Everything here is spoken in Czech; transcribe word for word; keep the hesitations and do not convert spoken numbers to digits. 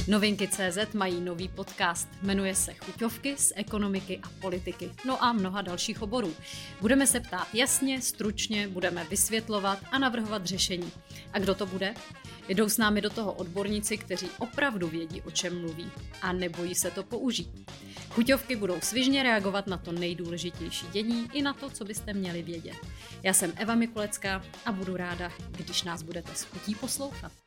Novinky tečka cé zet mají nový podcast, jmenuje se Chuťovky z ekonomiky a politiky, no a mnoha dalších oborů. Budeme se ptát jasně, stručně, budeme vysvětlovat a navrhovat řešení. A kdo to bude? Jdou s námi do toho odborníci, kteří opravdu vědí, o čem mluví a nebojí se to použít. Chuťovky budou svižně reagovat na to nejdůležitější dění i na to, co byste měli vědět. Já jsem Eva Mikulecká a budu ráda, když nás budete s chutí poslouchat.